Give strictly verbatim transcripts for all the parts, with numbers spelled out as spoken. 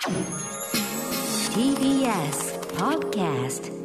ティービーエス Podcast。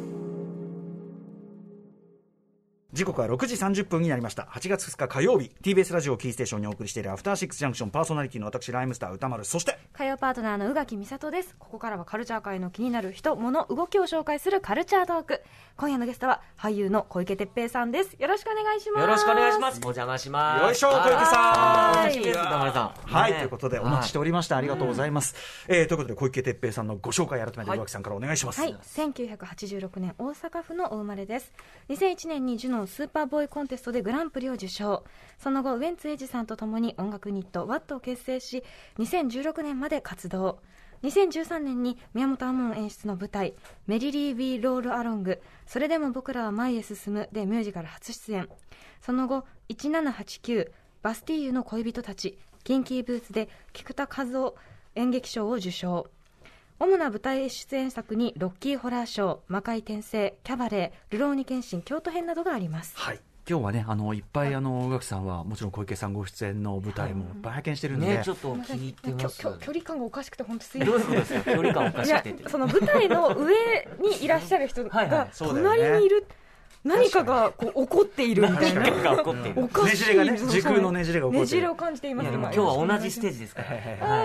時刻はろくじさんじゅっぷんになりました。はちがつふつか火曜日、 ティービーエス ラジオキーステーションにお送りしているアフターシックスジャンクション、パーソナリティの私ライムスター歌丸、そして火曜パートナーの宇垣美里です。ここからはカルチャー界の気になる人物動きを紹介するカルチャートーク。今夜のゲストは俳優の小池徹平さんです。よろしくお願いします。 よろしくお願いします。お邪魔します。 よいしょ、小池さん。 お久しぶりです、歌丸さん。 はい、 ね、 ということでお待ちしておりました。ありがとうございます、えー、ということで小池徹平さんのご紹介、改めて宇垣さんからお願いします。 はい、せんきゅうひゃくはちじゅうろくねん大阪府のお生まれです。にせんいちねんにジュノンスーパーボーイコンテストでグランプリを受賞。その後ウエンツ瑛士さんとともに音楽ユニットワットを結成し、にせんじゅうろくねんまで活動。にせんじゅうさんねんに宮本亞門演出の舞台メリリー・ウィー・ロール・アロング、それでも僕らは前へ進むでミュージカル初出演。その後せんななひゃくはちじゅうきゅうバスティーユの恋人たち、キンキーブーツで菊田一夫演劇賞を受賞。主な舞台出演作にロッキーホラーショー、魔界転生、キャバレー、流浪に剣心京都編などがあります。 はい、今日はね、あのいっぱいあの宇垣さんはもちろん小池さんご出演の舞台もいっぱい拝見してるんで、 ね、ちょっと気に入ってます。 距離感がおかしくて本当すいません。 どういうことですか、距離感おかしくてって。 その舞台の上にいらっしゃる人が隣にいる、何かがこう起こっているみたいな、 何かが起こっている、 おかしい、 ねじれがね、時空のねじれが起こっている、 ねじれを感じています。 今日は同じステージですから。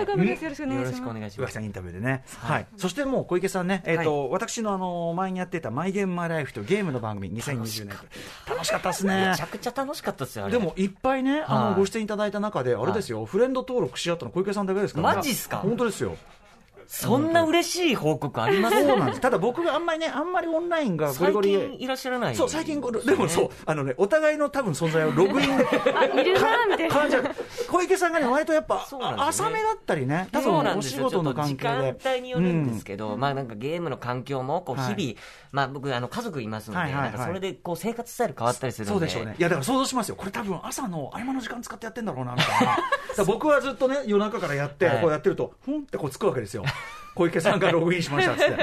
あ、頑張ります。よろしくお願いします。 よろしくお願いします。 宇垣さんインタビューでね、はい、そしてもう小池さんね、えーとはい、私のあの前にやっていたマイゲームマイライフというゲームの番組にせんにじゅうねん楽しかったですね。 めちゃくちゃ楽しかったですよ。あれでもいっぱいね、あのご出演いただいた中であれですよ、フレンド登録し合ったの小池さんだけですから。 マジっすか。 本当ですよ。 そんな嬉しい報告あります？ そうなんです。ただ僕があんまりね、あんまりオンラインがゴリゴリ、 最近いらっしゃらない。 そう、最近でもそう、あのね、お互いの多分存在をログインあ、いるなみたいな感じ。小池さんがね、割とやっぱ、 ね、 浅めだったりね、多分お仕事の関係で、 時間帯によるんですけど、うん、まあなんかゲームの環境もこう日々、はい、まあ僕あの家族いますので、はいはいはい、なんかそれでこう生活スタイル変わったりするので、 そうでしょうね。いやだから想像しますよ。これ多分朝の合間の時間使ってやってんだろうなみたいな。僕はずっとね、夜中からやって、はい、こうやってるとふんってこうつくわけですよ。小池さんがログインしましたっつって。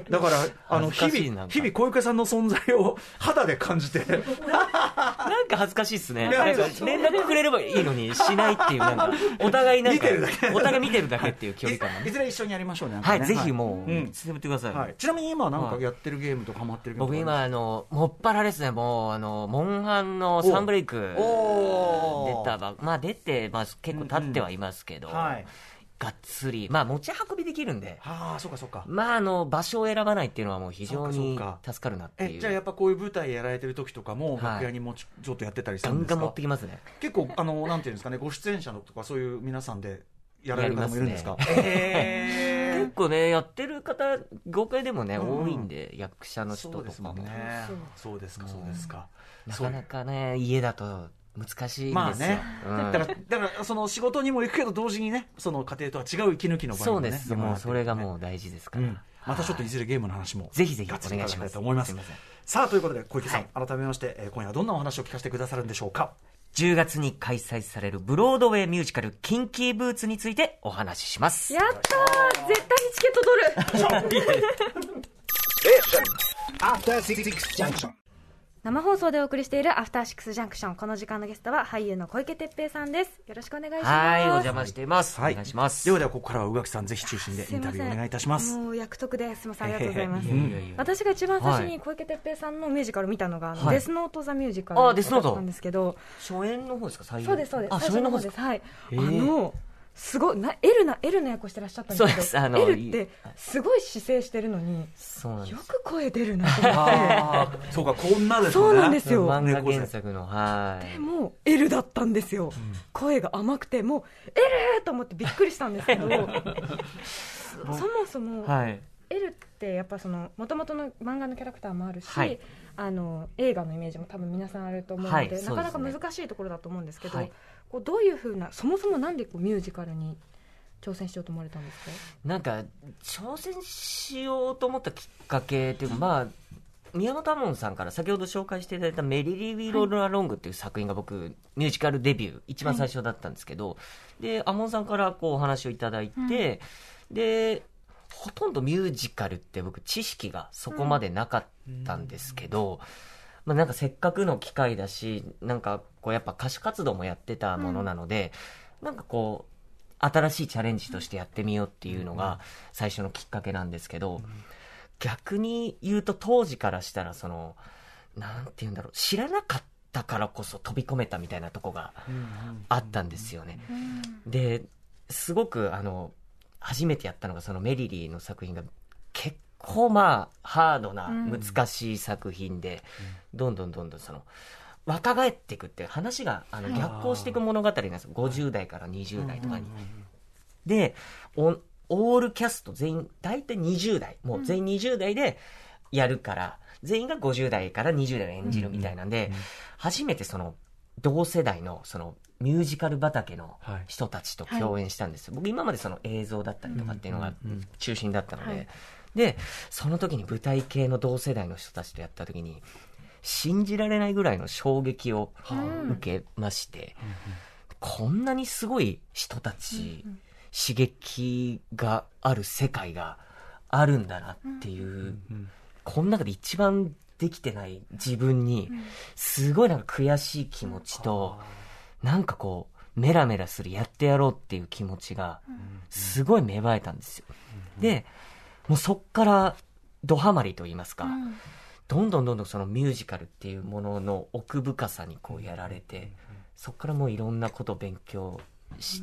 だからあの日々日々小池さんの存在を肌で感じてなんか恥ずかしいっすね。なんか連絡くれればいいのにしないっていう、なんかお互いなんかお互い見てるだけっていう距離感がね。 いずれ一緒にやりましょうね。 はい、ぜひもういつでも言ってください。 はい、ちなみに今なんかやってるゲームとかハマってるゲームとか。 僕今あのもっぱらですね、もうあのモンハンのサンブレイク出たば、まあ出てまあ結構経ってはいますけど。はい。がっつり、まあ持ち運びできるんで、 ああ、そうかそうか、 まああの場所を選ばないっていうのはもう非常に助かるなっていう。 え、じゃあやっぱこういう舞台やられてる時とかも楽屋にもちょっとやってたりするんですか？ ガンガン持ってきますね。 結構あのなんていうんですかね、ご出演者のとかそういう皆さんでやられる方もいるんですか？ えー、結構ねやってる方業界でもね、うん、多いんで、役者の人とかも。そうですもんね。 そうですか、そうですか。 なかなかね家だと難しいんですよ。 まあね、うん、だからだからその仕事にも行くけど同時にね、その家庭とは違う息抜きの場合もね。 そうです。もうそれがもう大事ですから。うん、 またちょっといずれゲームの話もぜひぜひお願いしますと思います。さあということで小池さん、はい、改めまして、えー、今夜はどんなお話を聞かせてくださるんでしょうか？ じゅうがつに開催されるブロードウェイミュージカルキンキーブーツについてお話しします。 やったー、絶対にチケット取る。アフターシックスジャンクション、生放送でお送りしているアフターシックスジャンクション。この時間のゲストは俳優の小池徹平さんです。よろしくお願いします。 はい、お邪魔しています、はい、お願いします。 ではではここからは宇垣さんぜひ中心でインタビューお願いいたします。 もう役得です。すみません、ありがとうございます。私が一番最初に小池徹平さんのミュージカルを見たのが、はい、デスノートザミュージカルだったんですけど、 初演の方ですか？最初。 そうですそうです。 あ、初演の方です。 はい。あのすごいな、エルなエルの役をしてらっしゃったんですけど、そうです、あのエルってすごい姿勢してるのに、そうなんです、よく声出るなと思って。 そうか、こんなですね。 そうなんですよ。 漫画原作の、はい。 でもエルだったんですよ、うん、声が甘くて、もうエルと思ってびっくりしたんですけどそもそも、はい、エルってやっぱその元々の漫画のキャラクターもあるし、はい、あの映画のイメージも多分皆さんあると思うので、はい、なかなか難しいところだと思うんですけど、はい、こうどういうふうな、そもそもなんでこうミュージカルに挑戦しようと思われたんですか？ なんか挑戦しようと思ったきっかけっていうか、まあ宮本亞門さんから先ほど紹介していただいたメリリー・ウィー・ロール・アロングっていう作品が僕ミュージカルデビュー一番最初だったんですけど、はい、で亞門さんからこうお話をいただいて、うん、でほとんどミュージカルって僕知識がそこまでなかったんですけど、うん、まあ、なんかせっかくの機会だし、なんかこうやっぱ歌手活動もやってたものなので、うん、なんかこう新しいチャレンジとしてやってみようっていうのが最初のきっかけなんですけど、逆に言うと当時からしたらそのなんて言うんだろう、知らなかったからこそ飛び込めたみたいなとこがあったんですよね。ですごくあの初めてやったのがそのメリリーの作品が結構まあハードな難しい作品で、どんどんどんどんその若返っていくっていう話があの逆行していく物語なんですよ。ごじゅう代からにじゅう代とかに。でオールキャスト全員大体にじゅう代、もう全員にじゅう代でやるから、全員がごじゅう代からにじゅう代を演じるみたいなんで、初めてその同世代のそのミュージカル畑の人たちと共演したんですよ。僕今までその映像だったりとかっていうのが中心だったので、でその時に舞台系の同世代の人たちとやった時に信じられないぐらいの衝撃を受けまして、こんなにすごい人たち、刺激がある世界があるんだなっていう、この中で一番できてない自分にすごいなんか悔しい気持ちと、なんかこうメラメラするやってやろうっていう気持ちがすごい芽生えたんですよ。でもうそっからドハマりと言いますか、どんどんどんどんそのミュージカルっていうものの奥深さにこうやられて、そっからもういろんなことを勉強して、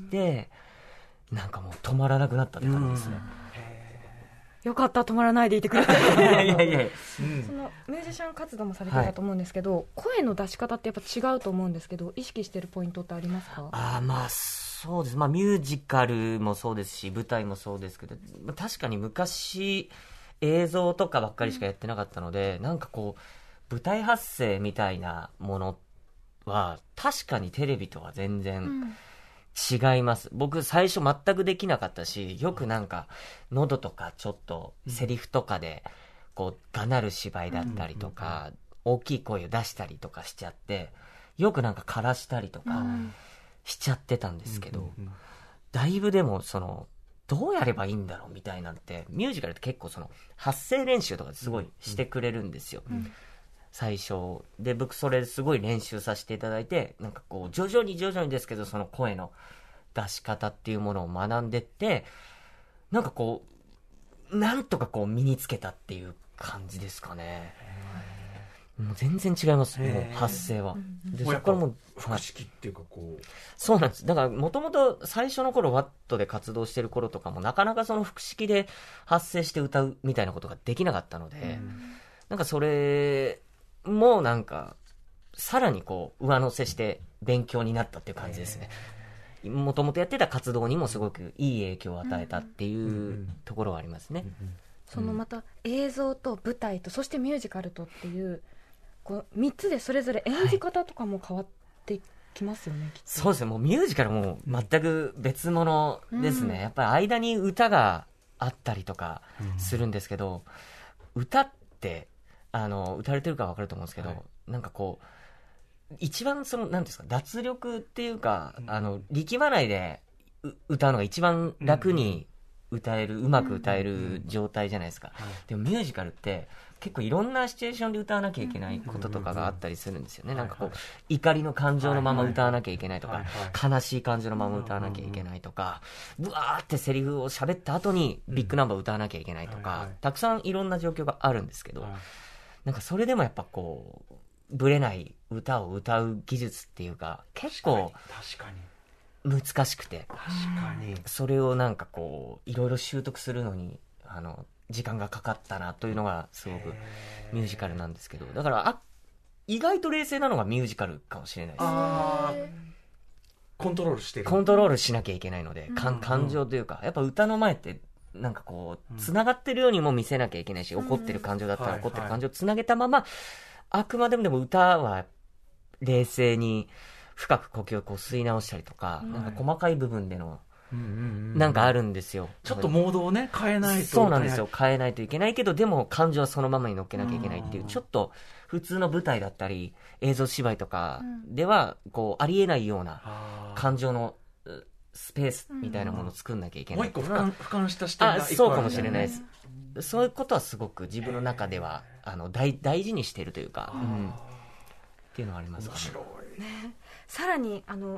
なんかもう止まらなくなったって感じですね。 よかった、止まらないでいてくれて。 いやいやいや、 そのミュージシャン活動もされてたと思うんですけど、はい、声の出し方ってやっぱ違うと思うんですけど、意識してるポイントってありますか？ あまあそうです、まあ、ミュージカルもそうですし舞台もそうですけど、確かに昔映像とかばっかりしかやってなかったので、うん、なんかこう舞台発声みたいなものは確かにテレビとは全然、うん違います。僕最初全くできなかったし、よくなんか喉とかちょっとセリフとかでこうがなる芝居だったりとか、大きい声を出したりとかしちゃって、よくなんか枯らしたりとかしちゃってたんですけど、だいぶでもそのどうやればいいんだろうみたいなんて、ミュージカルって結構その発声練習とかすごいしてくれるんですよ。最初で僕それすごい練習させていただいて、なんかこう徐々に徐々にですけどその声の出し方っていうものを学んでって、なんかこうなんとかこう身につけたっていう感じですかね。もう全然違います、もう発声は。でそこからもう腹式っていうかこう、 そうなんです。だからもともと最初の頃ワットで活動してる頃とかもなかなかその腹式で発声して歌うみたいなことができなかったので、なんかそれもうなんかさらにこう上乗せして勉強になったっていう感じですね。もともとやってた活動にもすごくいい影響を与えたっていうところはありますね。 そのまた映像と舞台とそしてミュージカルとっていう、こうみっつでそれぞれ演じ方とかも変わってきますよね、はい、 そうですね。もうミュージカルも全く別物ですね、うん、やっぱり間に歌があったりとかするんですけど、うん、歌ってあの歌われてるか分かると思うんですけど、はい、なんかこう一番その何ですか、脱力っていうか、うん、あの力まないで歌うのが一番楽に歌える、うん、うまく歌える状態じゃないですか、うん、でもミュージカルって結構いろんなシチュエーションで歌わなきゃいけないこととかがあったりするんですよね、うん、なんかこう、はいはい、怒りの感情のまま歌わなきゃいけないとか、はいはい、悲しい感情のまま歌わなきゃいけないとか、ブワーってセリフを喋った後にビッグナンバー歌わなきゃいけないとか、うんはいはい、たくさんいろんな状況があるんですけど、はい、なんかそれでもやっぱこうぶれない歌を歌う技術っていうか結構難しくて、確かにそれをなんかこういろいろ習得するのにあの時間がかかったなというのがすごくミュージカルなんですけど、だからあ意外と冷静なのがミュージカルかもしれないです。 あコントロールしてるコントロールしなきゃいけないので、うん、感情というかやっぱ歌の前ってなんかこうつながってるようにも見せなきゃいけないし、うん、怒ってる感情だったら怒ってる感情をつなげたまま、はいはい、あくまでもでも歌は冷静に深く呼吸をこう吸い直したりとか、はい、なんか細かい部分でのなんかあるんですよ。 ちょっとモードをね変えないと。 そうなんですよ、変えないといけないけどでも感情はそのままに乗っけなきゃいけないっていう、ちょっと普通の舞台だったり映像芝居とかではこうありえないような感情のスペースみたいなものを作んなきゃいけない、 もう一個俯瞰、俯瞰した視点が一個ある、ね、 そうかもしれないです。そういうことはすごく自分の中ではあの 大, 大事にしているというか、うん、っていうのはありますかね。 面白い、ね、さらにあの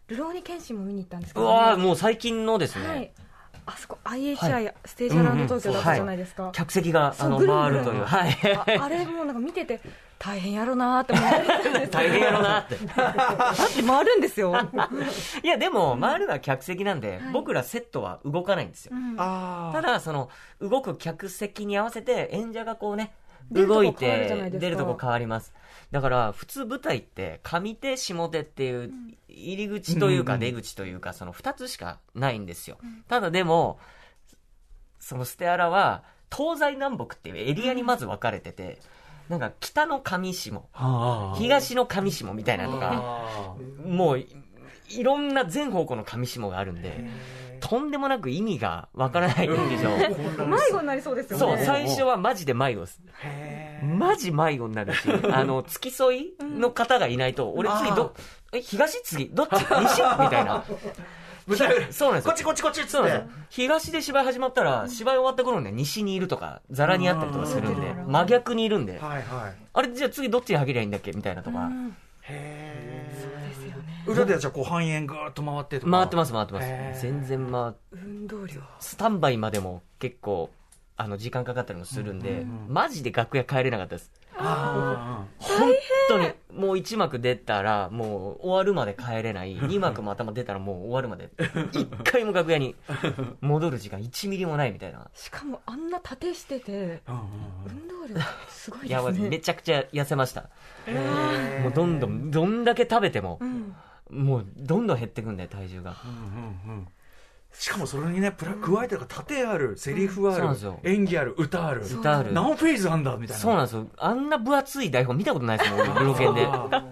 ルローニケンシンも見に行ったんですけど、 うわーもう最近のですね、 はい、あそこ アイエイチアイ、はい、ステージアラウンド東京だったじゃないですか、 うんうんはい、客席があの回るという、はい、 あ, あれもなんか見てて大変やろなって思って大変やろなってだって回るんですよいやでも回るのは客席なんで、うん、僕らセットは動かないんですよ、うん、ただその動く客席に合わせて演者がこうね動いて出るとこ変わります。だから普通舞台って上手下手っていう入り口というか出口というかそのふたつしかないんですよ。ただでもそのステアラは東西南北っていうエリアにまず分かれてて、なんか北の上下東の上下みたいなのがもういろんな全方向の上下があるんでとんでもなく意味がわからないんでしょ迷子になりそうですよね。 そう、最初はマジで迷子です。マジ迷子になるし、あの付き添いの方がいないと、俺次どえ東次どっち西みたいな。そうなんですよ。 こっちこっちこっちっつって。 東で芝居始まったら、芝居終わった頃ね西にいるとかザラにあったりとかするんで、真逆にいるんで、はいはい、あれじゃあ次どっちにはげりゃいいんだっけみたいなとか。 へー、そうですよね。裏ではじゃあこう半円ぐーっと回ってとか回ってます回ってます。全然回って運動量スタンバイまでも結構あの時間かかったりもするんで、うんうんうん、マジで楽屋帰れなかったです。あ本当にもういち幕出たらもう終わるまで帰れないに幕も頭出たらもう終わるまでいっかいも楽屋に戻る時間いちミリもないみたいな。 しかもあんな縦してて運動量すごいですね。 いやめちゃくちゃ痩せました。もうどんどんどんだけ食べても、うん、もうどんどん減ってくんで体重が、うんうんうん、 しかもそれにねプラ加えてるから縦あるセリフある、うん、演技ある歌ある歌ある何フェーズあんだみたいな。 そうなんですよ。あんな分厚い台本見たことないですもん俺ブロケンで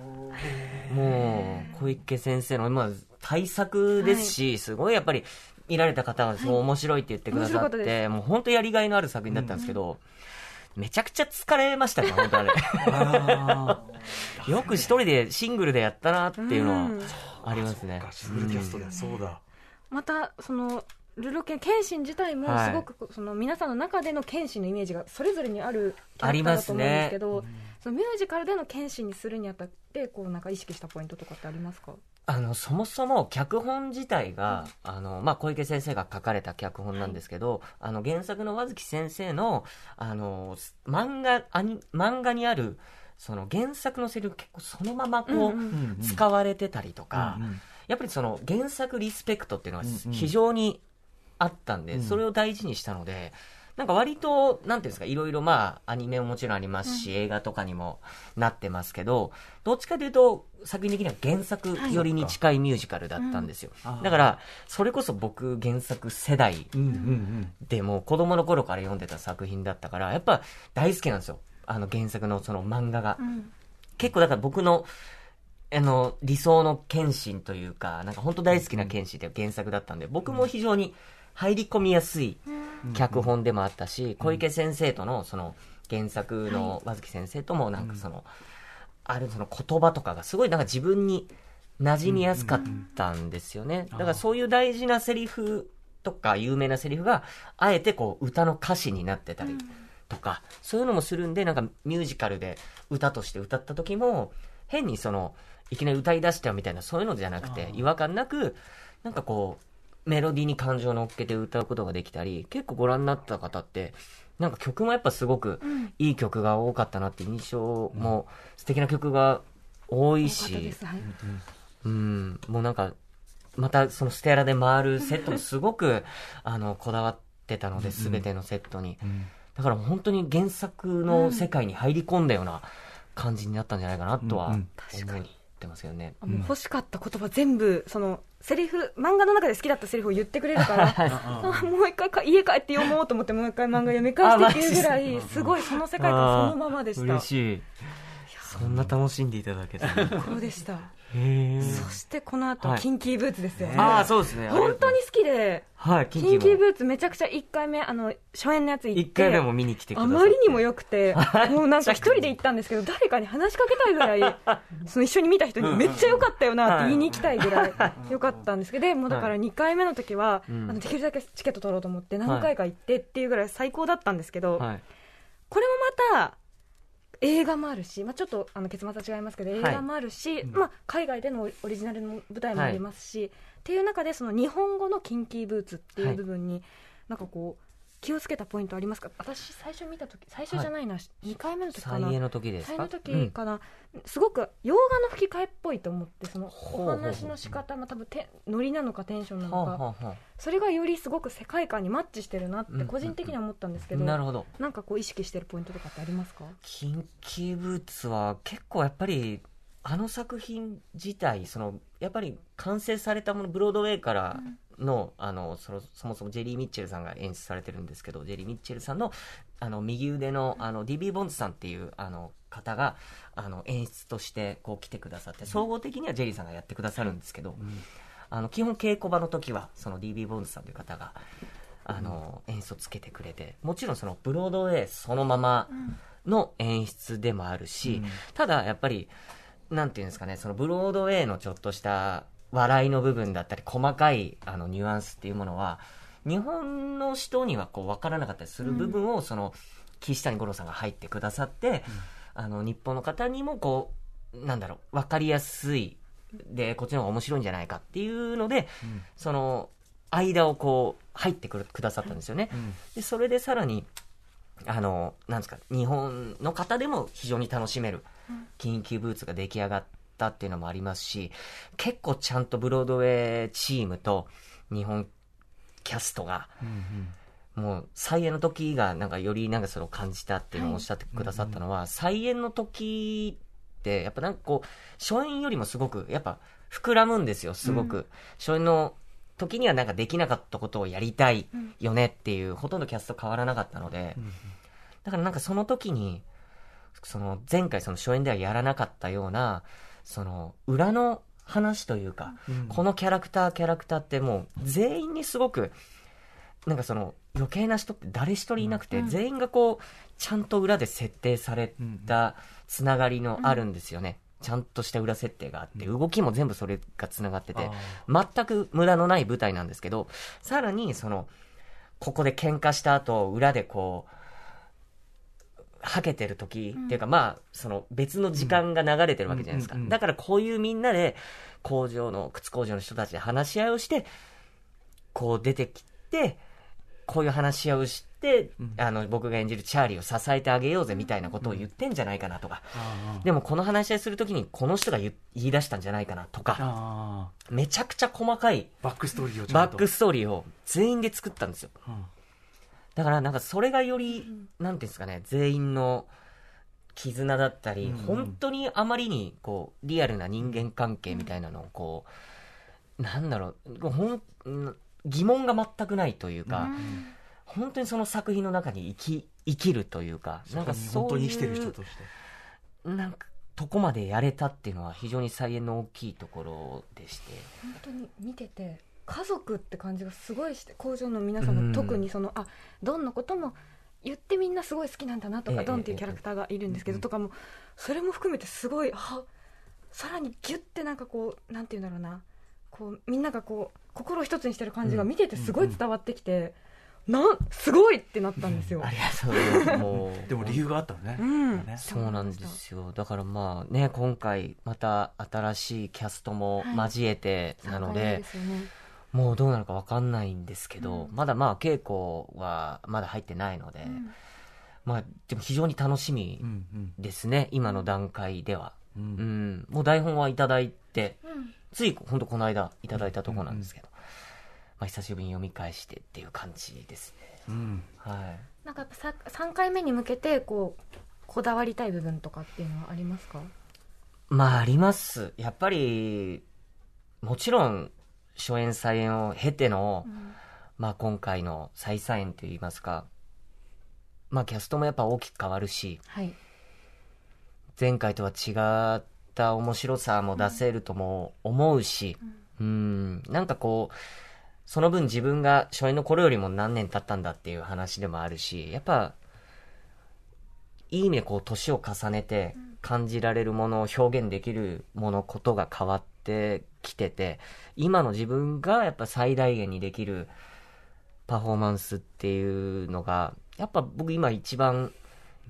もう小池先生の、まあ、大作ですし、はい、すごいやっぱり見られた方はすごい面白いって言ってくださって、はい、もう本当やりがいのある作品だったんですけど、うん、めちゃくちゃ疲れましたね本当あれあよく一人でシングルでやったなっていうのはありますね。 シングルキャストで、うん、そうだ。 またそのルロケン謙信自体もすごく、はい、その皆さんの中での謙信のイメージがそれぞれにあるキャラクターだと思うんですけど、ね、そのミュージカルでの謙信にするにあたってこうなんか意識したポイントとかってありますか？ あのそもそも脚本自体が、うん、あのまあ、小池先生が書かれた脚本なんですけど、はい、あの原作の和月先生の、あの漫画アニ漫画にあるその原作のセリフ結構そのままこう、うんうん、使われてたりとか、うんうん、やっぱりその原作リスペクトっていうのが非常にあったんで、うんうん、それを大事にしたので、なんか割となんていうんですか、いろいろまあアニメももちろんありますし、うん、映画とかにもなってますけど、どっちかというと作品的には原作よりに近いミュージカルだったんですよ、はい、だからそれこそ僕原作世代でも子供の頃から読んでた作品だったからやっぱ大好きなんですよ、あの原作のその漫画が、うん、結構だから僕のあの理想の謙信というか、なんか本当大好きな謙信って原作だったんで、僕も非常に入り込みやすい脚本でもあったし、小池先生とのその原作の和月先生ともなんかそのあるその言葉とかがすごいなんか自分に馴染みやすかったんですよね。だからそういう大事なセリフとか有名なセリフがあえてこう歌の歌詞になってたりとか、そういうのもするんで、なんかミュージカルで歌として歌った時も変にそのいきなり歌い出しちゃうみたいなそういうのじゃなくて、違和感なくなんかこうメロディーに感情を乗っけて歌うことができたり、結構ご覧になった方ってなんか曲もやっぱすごくいい曲が多かったなって印象も素敵な曲が多いし、うん、もうなんかまたそのステラで回るセットもすごくあのこだわってたので、全てのセットに、だから本当に原作の世界に入り込んだような感じになったんじゃないかなとは思ってますよね。 もう欲しかった言葉全部そのセリフ漫画の中で好きだったセリフを言ってくれるからあもう一回か家帰って読もうと思ってもう一回漫画読み返してっていうぐらいすごいその世界観そのままでした。 嬉しい。そんな楽しんでいただけた最高でした。へそしてこの後、はい、キンキーブーツですよね。 ああそうですね。 本当に好きで、 はい、 キンキーブーツめちゃくちゃいっかいめあの初演のやつ行っていっかいめも見に来てくださって、 あまりにも良くてもうなんか一人で行ったんですけど誰かに話しかけたいぐらいその一緒に見た人にめっちゃ良かったよなって言いに行きたいぐらい良かったんですけど、でもうだからにかいめの時は、はい、あのできるだけチケット取ろうと思って何回か行ってっていうぐらい最高だったんですけど、はい、これもまた映画もあるし、まあ、ちょっとあの結末は違いますけど映画もあるし、はい、まあ、海外でのオリジナルの舞台もありますし、はい、っていう中でその日本語のキンキーブーツっていう部分に、はい、なんかこう気をつけたポイントありますか？私最初見た時、最初じゃないな、はい、にかいめの時かな、 再演の時ですか？ 再演の時かな、うん、すごく洋画の吹き替えっぽいと思って、そのお話の仕方も多分てノリなのかテンションなのか、はあはあ、それがよりすごく世界観にマッチしてるなって個人的には思ったんですけど、 うんうんうん、なるほど。 なんかこう意識してるポイントとかってありますか？ キンキーブーツは結構やっぱりあの作品自体、そのやっぱり完成されたもの、ブロードウェイからの、うん、あの そ, そもそもジェリー・ミッチェルさんが演出されてるんですけど、ジェリー・ミッチェルさんのあの右腕のあの ディービー ボンズさんっていうあの方があの演出としてこう来てくださって、総合的にはジェリーさんがやってくださるんですけど、うん、あの基本稽古場の時はその ディービー ボンズさんという方があの演出をつけてくれて、もちろんそのブロードウェイそのままの演出でもあるし、うん、ただやっぱりなんていうんですかね、そのブロードウェイのちょっとした笑いの部分だったり細かいあのニュアンスっていうものは日本の人にはこう分からなかったりする部分を、その岸谷五郎さんが入ってくださって、うん、あの日本の方にもこうなんだろう分かりやすいでこっちの方が面白いんじゃないかっていうので、うん、その間をこう入ってくるくださったんですよね、うん、でそれでさらにあのなんですか、日本の方でも非常に楽しめるキンキーブーツが出来上がったっていうのもありますし、結構ちゃんとブロードウェイチームと日本キャストが、うんうん、もう再演の時がなんかよりなんかそれを感じたっていうのをおっしゃってくださったのは、はい、再演の時ってやっぱなんかこう初演よりもすごくやっぱ膨らむんですよ、すごく、うん、初演の時にはなんかできなかったことをやりたいよねっていう、うん、ほとんどキャスト変わらなかったので、うん、だからなんかその時にその前回その初演ではやらなかったようなその裏の話というか、うん、このキャラクターキャラクターってもう全員にすごくなんかその余計な人って誰一人いなくて、うん、全員がこうちゃんと裏で設定されたつながりのあるんですよね、うん、ちゃんとした裏設定があって、動きも全部それがつながってて、全く無駄のない舞台なんですけど、さらにそのここで喧嘩した後裏でこうはけてる時、うん、っていうかまあその別の時間が流れてるわけじゃないですか、うんうんうん、だからこういうみんなで工場の靴工場の人たちで話し合いをしてこう出てきて、こういう話し合いをして、うん、あの僕が演じるチャーリーを支えてあげようぜみたいなことを言ってんじゃないかなとか、うん、でもこの話し合いするときにこの人が言い出したんじゃないかなとか、めちゃくちゃ細かいバックストーリーをちゃんとバックストーリーを全員で作ったんですよ、うん、だからなんかそれがより、うん、なんていうんですかね、全員の絆だったり、うんうん、本当にあまりにこうリアルな人間関係みたいなのをこう、なんだろう、ほん疑問が全くないというか、うん、本当にその作品の中に生き、生きるというか、なんかそういう本当に生きてる人としてなんかとこまでやれたっていうのは非常に再演の大きいところでして、 本当に見てて家族って感じがすごいして、工場の皆さんも特にその、うん、あドンのことも言ってみんなすごい好きなんだなとか、ええ、ドンっていうキャラクターがいるんですけど、ええ、とかもそれも含めてすごい、あさらにギュッてなんかこうなんていうんだろうな、こうみんながこう心を一つにしてる感じが見ててすごい伝わってきて、うんうんうん、なんすごいってなったんですよ、 うん、ありがとうございます。もうでも理由があったのね、 うん、 ね、 そうなんですよ。だからまあね、今回また新しいキャストも交えてなので、はい、ですよね、もうどうなるか分かんないんですけど、うん、まだまあ稽古はまだ入ってないので、うん、まあでも非常に楽しみですね、うんうん、今の段階では、うんうん、もう台本はいただいて、うん、つい本当この間いただいたところなんですけど、うんうん、まあ、久しぶりに読み返してっていう感じですね、うん、はい、 なんかやっぱさんかいめに向けてこうこだわりたい部分とかっていうのはありますか？ まああります。やっぱりもちろん初演再演を経ての、うん、まあ今回の再再演といいますか、まあキャストもやっぱ大きく変わるし、はい、前回とは違った面白さも出せるとも思うし、うん、うーんなんかこうその分自分が初演の頃よりも何年経ったんだっていう話でもあるし、やっぱいい意味でこう年を重ねて感じられるものを表現できるものことが変わってきてて、今の自分がやっぱ最大限にできるパフォーマンスっていうのがやっぱ僕今一番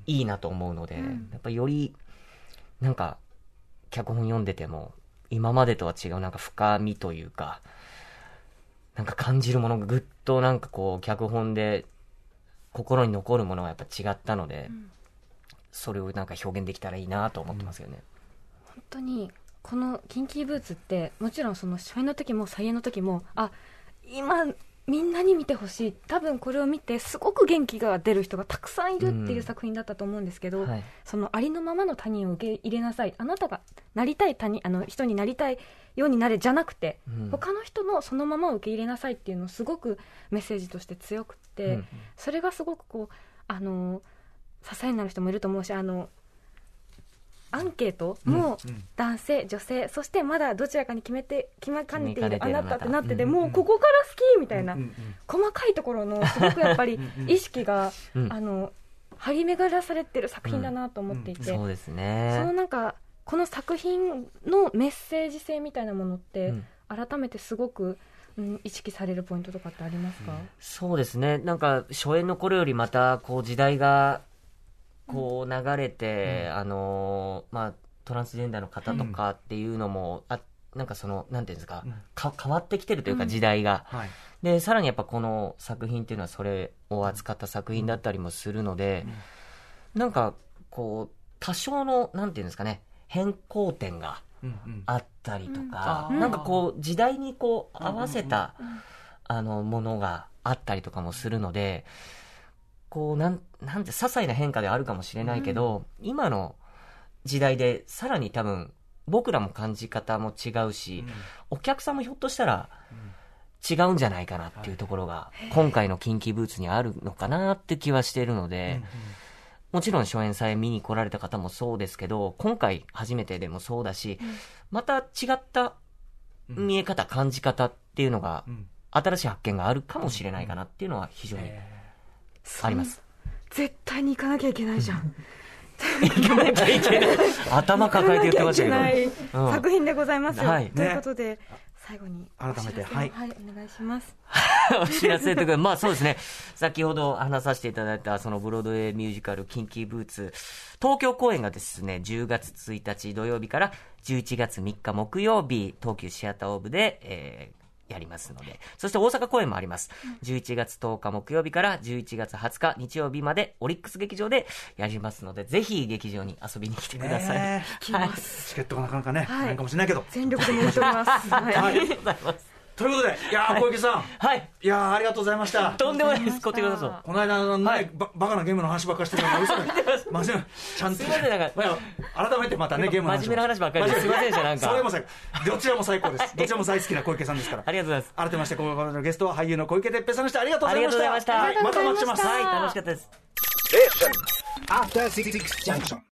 いいなと思うので、うん、やっぱりよりなんか脚本読んでても今までとは違うなんか深みというか、なんか感じるものがぐっとなんかこう脚本で心に残るものがやっぱ違ったので、うん、それをなんか表現できたらいいなと思ってますよね、 うん、本当にこのキンキーブーツってもちろんその初演の時も再演の時も、あ、今みんなに見てほしい、多分これを見てすごく元気が出る人がたくさんいるっていう作品だったと思うんですけど、うんはい、そのありのままの他人を受け入れなさい、あなたがなりたい他人、あの人になりたいようになれじゃなくて、うん、他の人のそのままを受け入れなさいっていうのをすごくメッセージとして強くて、うん、それがすごくこうあの支えになる人もいると思うし、あのアンケートも男性、うん、女性、そしてまだどちらかに決めて決めかねているあなたってなってて、うん、もうここから好きみたいな、うん、細かいところのすごくやっぱり意識が、うん、あの張り巡らされてる作品だなと思っていて、 うんうん、そうですね。 そのなんかこの作品のメッセージ性みたいなものって、うん、改めてすごく、うん、意識されるポイントとかってありますか？うん、 そうですね。なんか初演の頃よりまたこう時代がこう流れて、うん、あのー、まあトランスジェンダーの方とかっていうのも、うん、あなんかそのなんていうんですか、うん、か変わってきてるというか時代が、うんはい、でさらにやっぱこの作品っていうのはそれを扱った作品だったりもするので、うん、なんかこう多少のなんていうんですかね、変更点があったりとか、うんうん、なんかこう時代にこう合わせた、うんうんうん、あのものがあったりとかもするので、こうなんなんて些細な変化ではあるかもしれないけど、うん、今の時代でさらに多分僕らも感じ方も違うし、うん、お客さんもひょっとしたら違うんじゃないかなっていうところが、うん、今回のキンキーブーツにあるのかなって気はしているので、うんうん、もちろん初演祭見に来られた方もそうですけど、今回初めてでもそうだし、うん、また違った見え方、感じ方っていうのが、うん、新しい発見があるかもしれないかなっていうのは非常にあります。 絶対に行かなきゃいけないじゃん。 行かなきゃいけない。頭抱えて言ってましたけど。 行かなきゃいけない作品でございますよ。はい、ということで、ね、最後に改めて、はい、 はい、お願いします。 お知らせというか、まあそうですね。先ほど話させていただいたそのブロードウェイミュージカルキンキーブーツ東京公演がですね、じゅうがつついたち土曜日からじゅういちがつみっか木曜日、東急シアターオーブで、えーやりますので、そして大阪公演もあります。じゅういちがつとおか木曜日からじゅういちがつはつか日曜日までオリックス劇場でやりますので、ぜひ劇場に遊びに来てください。 ね、はい、チケットがなかなかね、はい、ないかもしれないけど全力で申し上げます。はい、 ありがとうございます。 ということで、いやー、小池さん、 はい、 いやー、ありがとうございました。 とんでもないです。こってください。 この間のね、はい、バ, バカなゲームの話ばっかりしてるのが嘘だ。まずちゃんと。 すみません、なんか、 改めてまたね、ゲームの話。 真面目な話ばっかりです。すみませんでした、なんか。 それも最高。どちらも最高です。どちらも大好きな小池さんですから。 ありがとうございます。 改めまして、このゲストは俳優の小池徹平さんでした。ありがとうございました。 ありがとうございました。 はい、またお待ちしてます。 はい、楽しかったです。